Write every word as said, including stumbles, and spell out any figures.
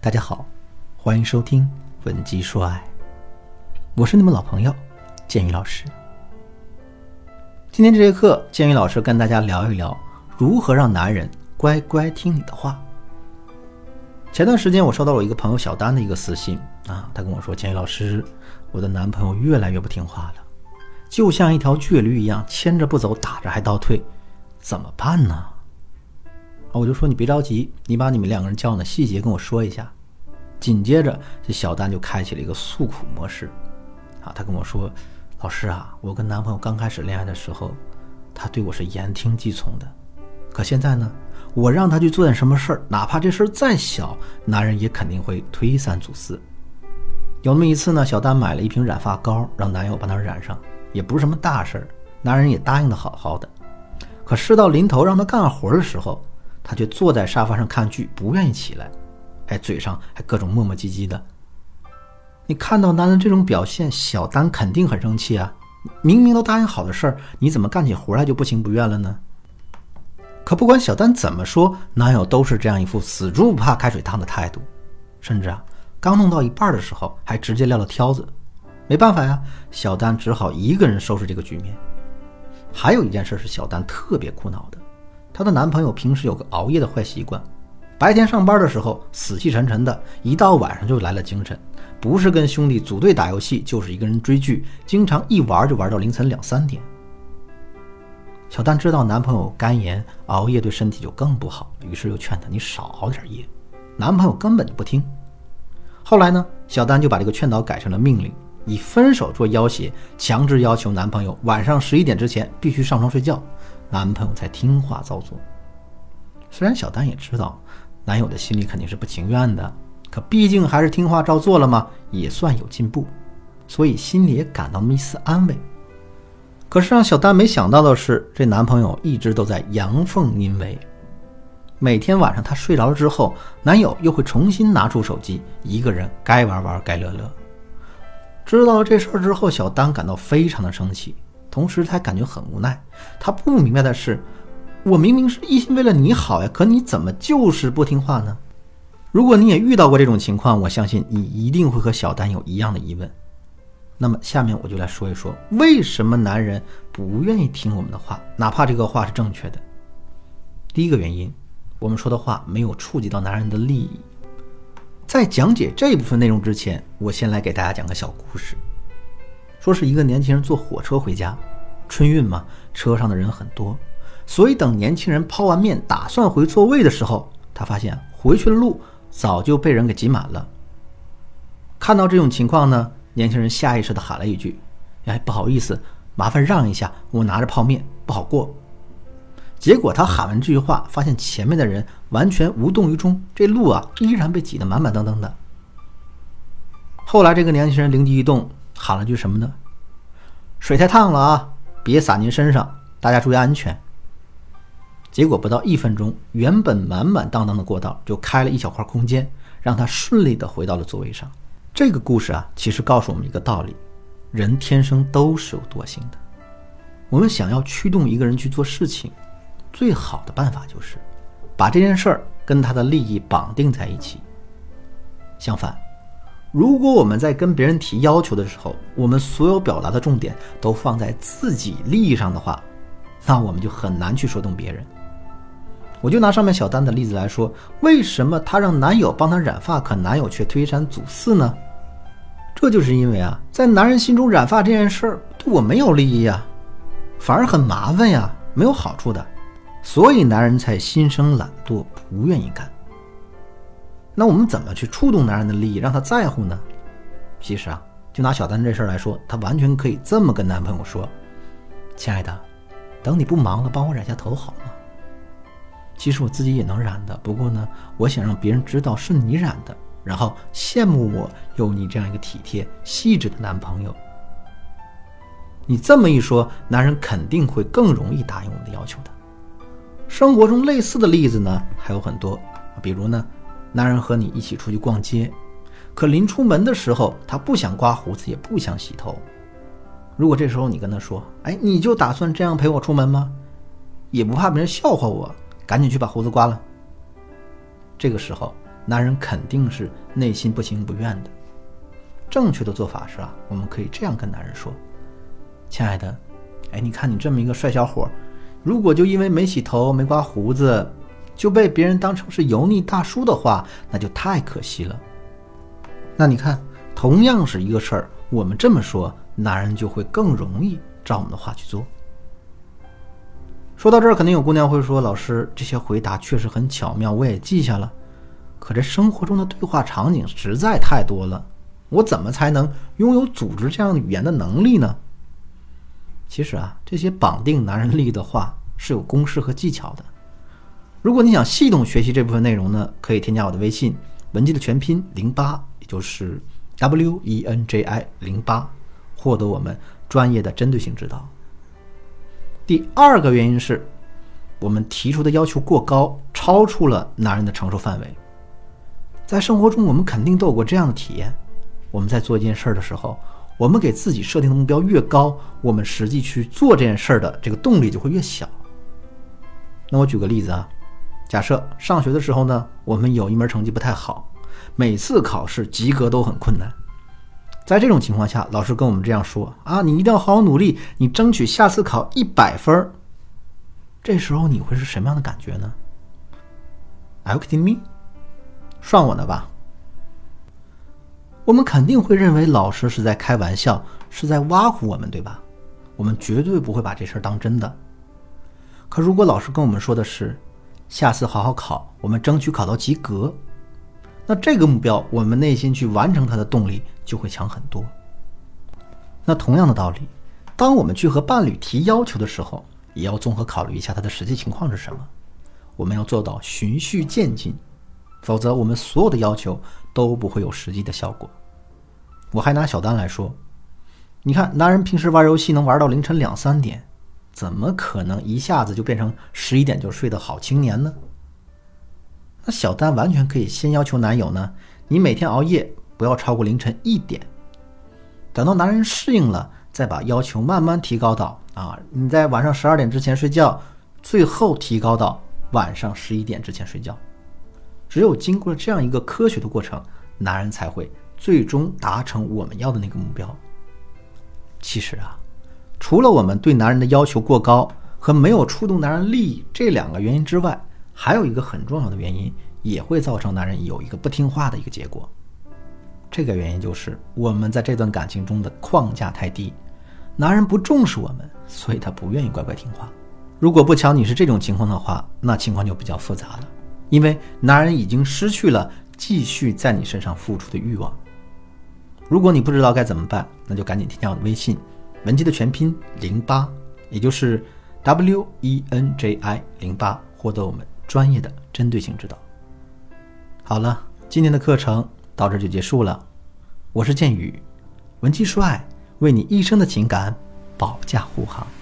大家好，欢迎收听文姬说爱，我是你们老朋友建宇老师。今天这节课，建宇老师跟大家聊一聊如何让男人乖乖听你的话。前段时间我收到了一个朋友小丹的一个私信啊，他跟我说，建宇老师，我的男朋友越来越不听话了，就像一条倔驴一样，牵着不走，打着还倒退，怎么办呢？我就说你别着急，你把你们两个人交往的细节跟我说一下。紧接着这小丹就开启了一个诉苦模式啊，他跟我说，老师啊，我跟男朋友刚开始恋爱的时候，他对我是言听计从的，可现在呢，我让他去做点什么事儿，哪怕这事儿再小，男人也肯定会推三阻四。有那么一次呢，小丹买了一瓶染发膏，让男友帮他染上，也不是什么大事儿，男人也答应的好好的。可事到临头让他干活的时候，他却坐在沙发上看剧，不愿意起来，哎，嘴上还各种磨磨唧唧的。你看到男人这种表现，小丹肯定很生气啊！明明都答应好的事儿，你怎么干起活来就不情不愿了呢？可不管小丹怎么说，男友都是这样一副死猪不怕开水烫的态度，甚至啊，刚弄到一半的时候，还直接撂了挑子。没办法呀，小丹只好一个人收拾这个局面。还有一件事是小丹特别苦恼的。她的男朋友平时有个熬夜的坏习惯，白天上班的时候死气沉沉的，一到晚上就来了精神，不是跟兄弟组队打游戏，就是一个人追剧，经常一玩就玩到凌晨两三点。小丹知道男朋友肝炎，熬夜对身体就更不好，于是又劝他，你少熬点夜。男朋友根本就不听。后来呢，小丹就把这个劝导改成了命令，以分手做要挟，强制要求男朋友晚上十一点之前必须上床睡觉，男朋友才听话照做。虽然小丹也知道男友的心里肯定是不情愿的，可毕竟还是听话照做了嘛，也算有进步，所以心里也感到那么一丝安慰。可是让小丹没想到的是，这男朋友一直都在阳奉阴违。每天晚上他睡着了之后，男友又会重新拿出手机，一个人该玩玩该乐乐。知道了这事儿之后，小丹感到非常的生气，同时他感觉很无奈。他不明白的是，我明明是一心为了你好呀，可你怎么就是不听话呢？如果你也遇到过这种情况，我相信你一定会和小丹有一样的疑问。那么下面我就来说一说，为什么男人不愿意听我们的话，哪怕这个话是正确的。第一个原因，我们说的话没有触及到男人的利益。在讲解这部分内容之前，我先来给大家讲个小故事。说是一个年轻人坐火车回家，春运嘛，车上的人很多，所以等年轻人泡完面打算回座位的时候，他发现回去的路早就被人给挤满了。看到这种情况呢，年轻人下意识地喊了一句，哎，不好意思，麻烦让一下，我拿着泡面不好过。结果他喊完这句话，发现前面的人完全无动于衷，这路啊依然被挤得满满当当的。后来这个年轻人灵机一动，喊了句什么呢？水太烫了啊，别洒您身上，大家注意安全。结果不到一分钟，原本满满当当的过道就开了一小块空间，让他顺利的回到了座位上。这个故事啊，其实告诉我们一个道理，人天生都是有惰性的。我们想要驱动一个人去做事情，最好的办法就是把这件事儿跟他的利益绑定在一起。相反，如果我们在跟别人提要求的时候，我们所有表达的重点都放在自己利益上的话，那我们就很难去说动别人。我就拿上面小丹的例子来说，为什么她让男友帮她染发，可男友却推三阻四呢？这就是因为啊，在男人心中染发这件事儿对我没有利益啊，反而很麻烦呀，没有好处的，所以男人才心生懒惰，不愿意干。那我们怎么去触动男人的利益，让他在乎呢？其实啊，就拿小丹这事儿来说，她完全可以这么跟男朋友说，亲爱的，等你不忙了，帮我染下头好吗？其实我自己也能染的，不过呢，我想让别人知道是你染的，然后羡慕我有你这样一个体贴细致的男朋友。你这么一说，男人肯定会更容易答应我们的要求的。生活中类似的例子呢还有很多，比如呢，男人和你一起出去逛街，可临出门的时候他不想刮胡子，也不想洗头。如果这时候你跟他说，哎，你就打算这样陪我出门吗？也不怕别人笑话我，赶紧去把胡子刮了。这个时候男人肯定是内心不情不愿的。正确的做法是啊，我们可以这样跟男人说：亲爱的，哎，你看你这么一个帅小伙，如果就因为没洗头没刮胡子就被别人当成是油腻大叔的话，那就太可惜了。那你看，同样是一个事儿，我们这么说，男人就会更容易照我们的话去做。说到这儿，肯定有姑娘会说，老师，这些回答确实很巧妙，我也记下了，可这生活中的对话场景实在太多了，我怎么才能拥有组织这样的语言的能力呢？其实啊，这些绑定男人力的话是有公式和技巧的。如果你想系统学习这部分内容呢，可以添加我的微信文姬的全拼零八，也就是 W E N J I 零八，获得我们专业的针对性指导。第二个原因是，我们提出的要求过高，超出了男人的承受范围。在生活中，我们肯定都有过这样的体验：我们在做一件事的时候，我们给自己设定的目标越高，我们实际去做这件事的这个动力就会越小。那我举个例子啊，假设上学的时候呢，我们有一门成绩不太好，每次考试及格都很困难。在这种情况下，老师跟我们这样说啊，你一定要好好努力，你争取下次考一百分。这时候你会是什么样的感觉呢？ Are you kidding me？ 算我呢吧。我们肯定会认为老师是在开玩笑，是在挖苦我们，对吧？我们绝对不会把这事儿当真的。可如果老师跟我们说的是，下次好好考，我们争取考到及格，那这个目标我们内心去完成它的动力就会强很多。那同样的道理，当我们去和伴侣提要求的时候，也要综合考虑一下他的实际情况是什么。我们要做到循序渐进，否则我们所有的要求都不会有实际的效果。我还拿小丹来说，你看男人平时玩游戏能玩到凌晨两三点，怎么可能一下子就变成十一点就睡的好青年呢？那小丹完全可以先要求男友呢，你每天熬夜不要超过凌晨一点，等到男人适应了，再把要求慢慢提高到啊，你在晚上十二点之前睡觉，最后提高到晚上十一点之前睡觉。只有经过了这样一个科学的过程，男人才会最终达成我们要的那个目标。其实啊，除了我们对男人的要求过高和没有触动男人利益这两个原因之外，还有一个很重要的原因，也会造成男人有一个不听话的一个结果。这个原因就是我们在这段感情中的框架太低，男人不重视我们，所以他不愿意乖乖听话。如果不巧你是这种情况的话，那情况就比较复杂了，因为男人已经失去了继续在你身上付出的欲望。如果你不知道该怎么办，那就赶紧添加我的微信文姬的全拼零八，也就是 W E N J I 零八，获得我们专业的针对性指导。好了，今天的课程到这就结束了。我是建宇，文姬说爱，为你一生的情感保驾护航。